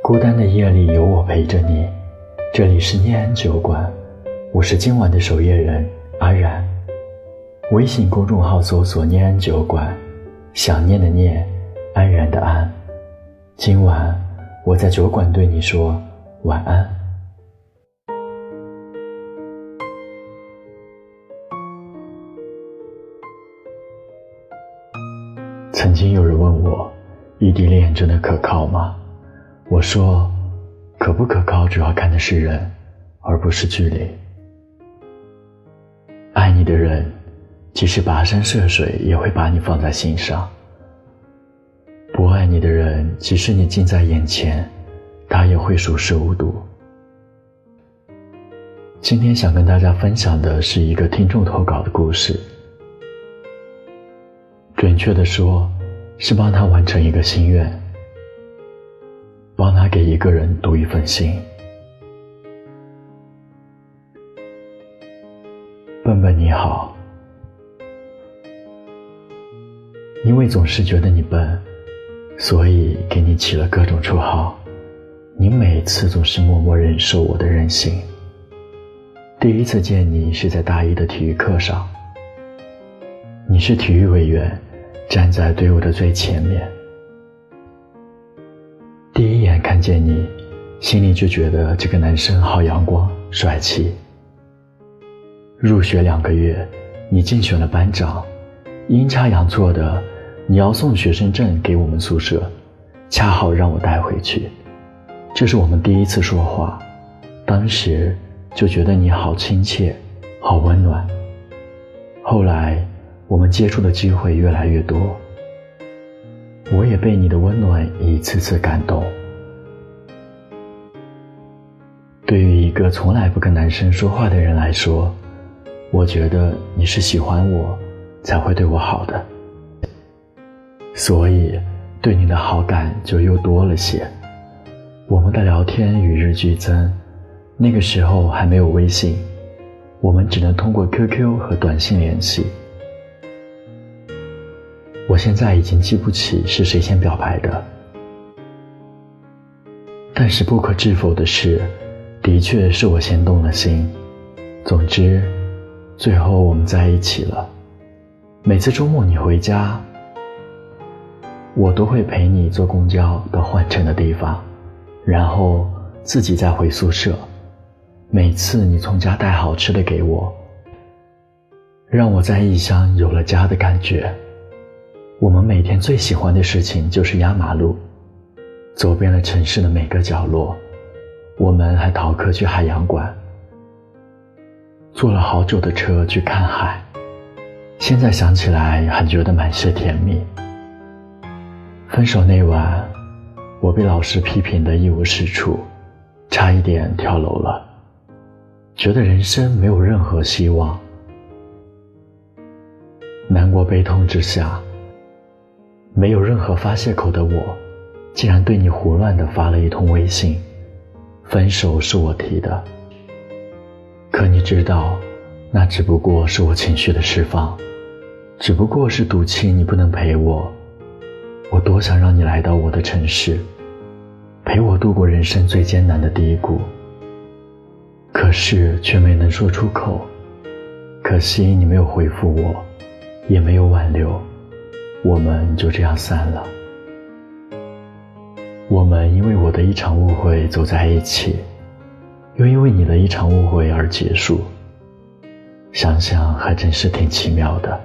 孤单的夜里有我陪着你，这里是念安酒馆，我是今晚的守夜人阿然。微信公众号搜索念安酒馆，想念的念，安然的安。今晚我在酒馆对你说晚安。曾经有人问我，异地恋真的可靠吗？我说，可不可靠主要看的是人，而不是距离。爱你的人，即使跋山涉水也会把你放在心上。不爱你的人，即使你近在眼前，他也会熟视无睹。今天想跟大家分享的是一个听众投稿的故事，准确地说，是帮他完成一个心愿，帮他给一个人读一份信。笨笨你好，因为总是觉得你笨，所以给你起了各种绰号。你每次总是默默忍受我的任性。第一次见你是在大一的体育课上，你是体育委员，站在队伍的最前面。第一眼看见你，心里就觉得这个男生好阳光帅气。入学2个月，你竞选了班长，阴差阳错的，你要送学生证给我们宿舍，恰好让我带回去。这是我们第一次说话，当时就觉得你好亲切，好温暖。后来我们接触的机会越来越多，我也被你的温暖一次次感动。对于一个从来不跟男生说话的人来说，我觉得你是喜欢我才会对我好的，所以对你的好感就又多了些。我们的聊天与日俱增，那个时候还没有微信，我们只能通过 QQ 和短信联系。我现在已经记不起是谁先表白的，但是不可置否的是，的确是我先动了心。总之，最后我们在一起了。每次周末你回家，我都会陪你坐公交到换乘的地方，然后自己再回宿舍。每次你从家带好吃的给我，让我在异乡有了家的感觉。我们每天最喜欢的事情就是压马路，走遍了城市的每个角落。我们还逃课去海洋馆，坐了好久的车去看海。现在想起来还觉得满是甜蜜。分手那晚，我被老师批评得一无是处，差一点跳楼了，觉得人生没有任何希望。难过悲痛之下，没有任何发泄口的我，竟然对你胡乱地发了一通微信。分手是我提的，可你知道，那只不过是我情绪的释放，只不过是赌气你不能陪我。我多想让你来到我的城市，陪我度过人生最艰难的低谷，可是却没能说出口。可惜你没有回复我，也没有挽留，我们就这样散了。我们因为我的一场误会走在一起，又因为你的一场误会而结束，想想还真是挺奇妙的。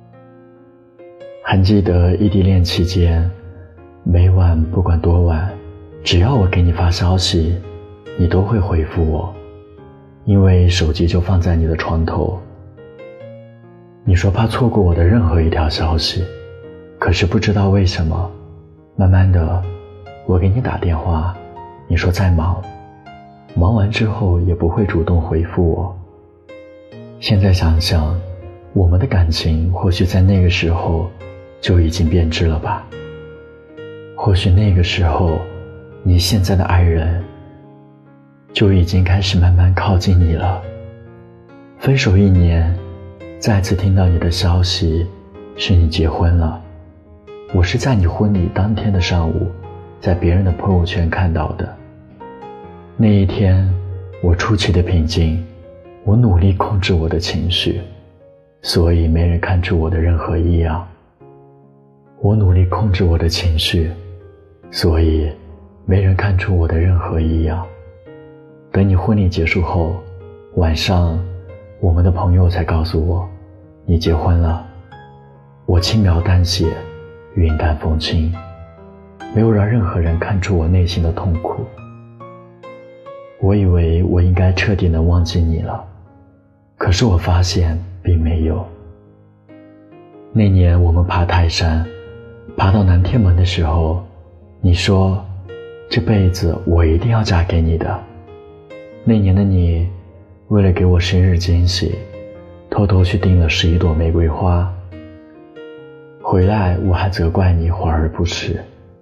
还记得异地恋期间，每晚不管多晚，只要我给你发消息，你都会回复我，因为手机就放在你的床头。你说怕错过我的任何一条消息，可是不知道为什么，慢慢的我给你打电话，你说在忙，忙完之后也不会主动回复我。现在想想，我们的感情或许在那个时候就已经变质了吧。或许那个时候，你现在的爱人就已经开始慢慢靠近你了。分手1年，再次听到你的消息是你结婚了。我是在你婚礼当天的上午在别人的朋友圈看到的。那一天，我出奇的平静，我努力控制我的情绪，所以没人看出我的任何异样。我努力控制我的情绪，所以没人看出我的任何异样。等你婚礼结束后，晚上我们的朋友才告诉我你结婚了。我轻描淡写，云淡风轻，没有让任何人看出我内心的痛苦。我以为我应该彻底能忘记你了，可是我发现并没有。那年我们爬泰山，爬到南天门的时候，你说这辈子我一定要嫁给你的。那年的你为了给我生日惊喜，偷偷去订了11朵玫瑰花，回来我还责怪你华而不实。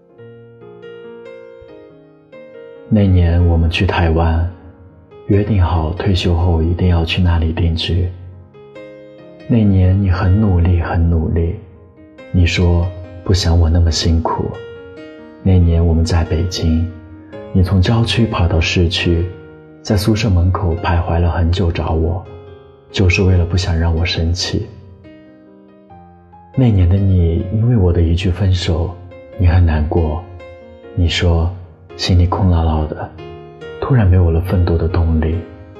那年我们去台湾，约定好退休后一定要去那里定居。那年你很努力很努力，你说不想我那么辛苦。那年我们在北京，你从郊区跑到市区，在宿舍门口徘徊了很久找我，就是为了不想让我生气。那年的你因为我的一句分手，你很难过，你说心里空落落的，突然没有了奋斗的动力。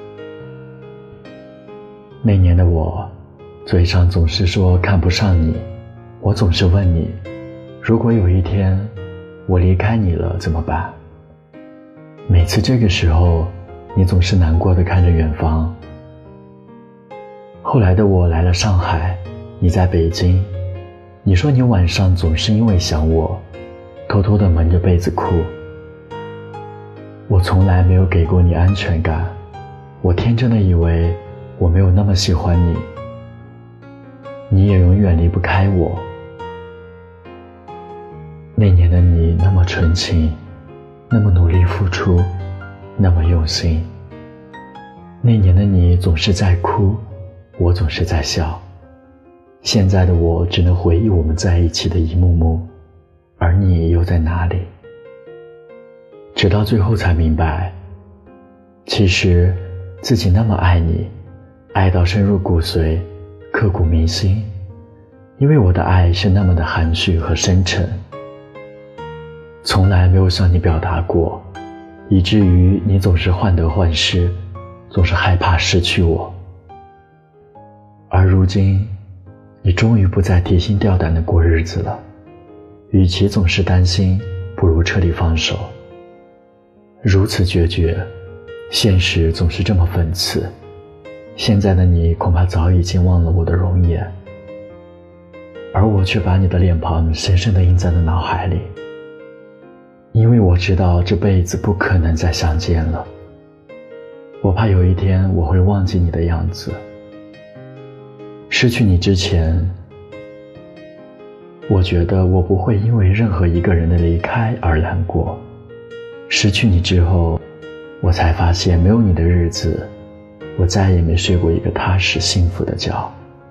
那年的我，嘴上总是说看不上你，我总是问你，如果有一天我离开你了怎么办？每次这个时候，你总是难过地看着远方。后来的我来了上海，你在北京，你说你晚上总是因为想我，偷偷地蒙着被子哭。我从来没有给过你安全感，我天真的以为我没有那么喜欢你，你也永远离不开我。那年的你那么纯情，那么努力付出，那么用心。那年的你总是在哭，我总是在笑。现在的我只能回忆我们在一起的一幕幕，而你又在哪里？直到最后才明白，其实自己那么爱你，爱到深入骨髓，刻骨铭心。因为我的爱是那么的含蓄和深沉，从来没有向你表达过，以至于你总是患得患失，总是害怕失去我。而如今，你终于不再提心吊胆地过日子了，与其总是担心，不如彻底放手。如此决绝，现实总是这么讽刺。现在的你恐怕早已经忘了我的容颜，而我却把你的脸庞深深地印在了脑海里。因为我知道这辈子不可能再相见了，我怕有一天我会忘记你的样子。失去你之前，我觉得我不会因为任何一个人的离开而难过。失去你之后，我才发现没有你的日子，我再也没睡过一个踏实幸福的觉。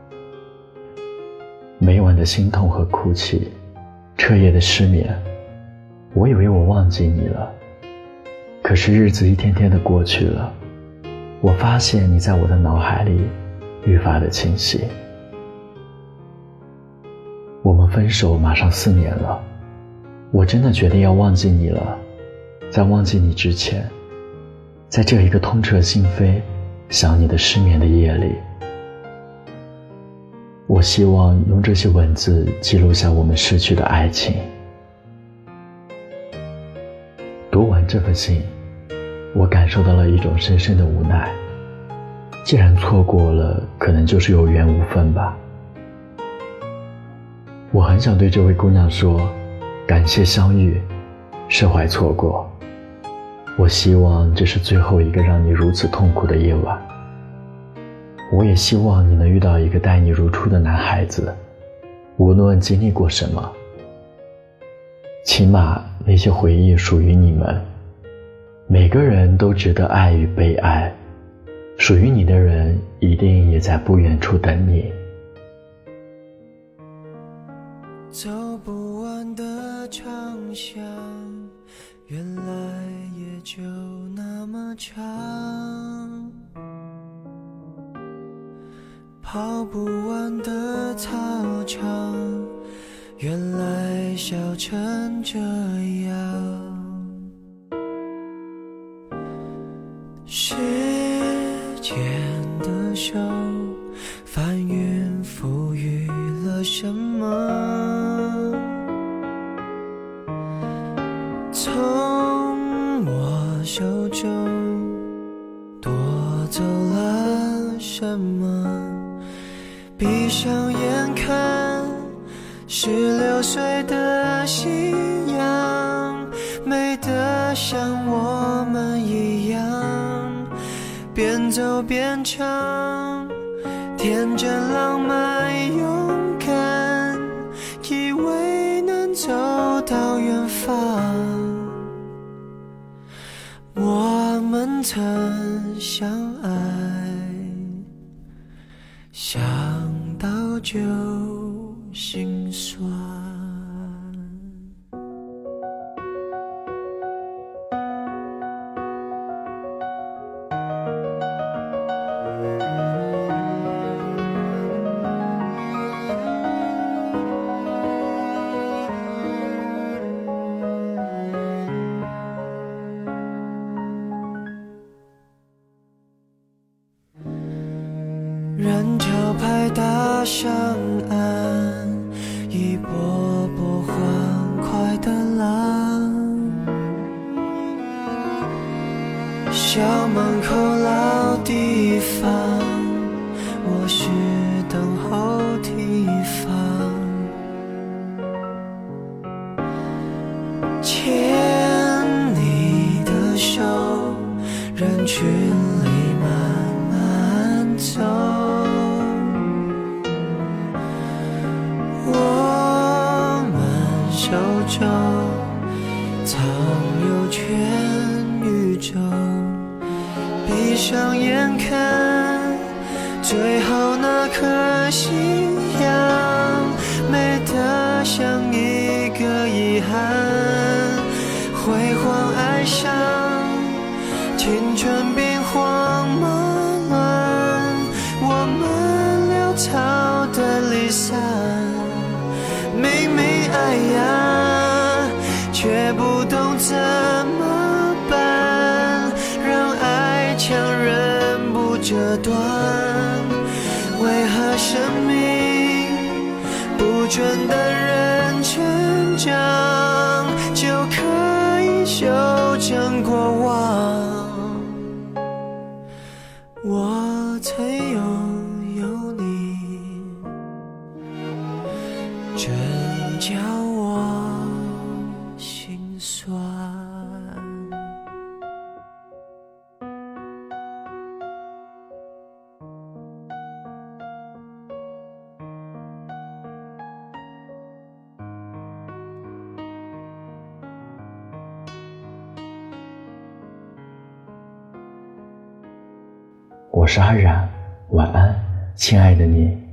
每晚的心痛和哭泣，彻夜的失眠，我以为我忘记你了，可是日子一天天的过去了，我发现你在我的脑海里愈发的清晰。我们分手马上4年了，我真的决定要忘记你了。在忘记你之前，在这一个痛彻心扉想你的失眠的夜里，我希望用这些文字记录下我们逝去的爱情。读完这封信，我感受到了一种深深的无奈。既然错过了，可能就是有缘无分吧。我很想对这位姑娘说，感谢相遇，释怀错过。我希望这是最后一个让你如此痛苦的夜晚。我也希望你能遇到一个待你如初的男孩子，无论经历过什么，起码那些回忆属于你们。每个人都值得爱与被爱，属于你的人一定也在不远处等你。 走不完的长巷， 就那么长，跑不完的操场，原来笑成这样。时间的手翻云覆雨了什么？从我手中夺走了什么？闭上眼看16岁的夕阳，美得像我们一样，边走边唱，天真浪漫勇敢，以为能走到远方。我们曾相爱，想到就心酸。人潮拍打上岸，一波波欢快的浪。校门口老地方，我是等候提防。牵你的手，人群里慢慢走。手中藏有全宇宙，闭上眼看最后那颗夕阳，美得像一个遗憾。辉煌爱上青春兵荒马乱，我们潦草的离散，明明爱呀，却不懂怎么办，让爱强忍不折断。为何生命不准等人成长，就可以修正过往？我曾拥有你，真叫我心酸。 我是安然，晚安，亲爱的你。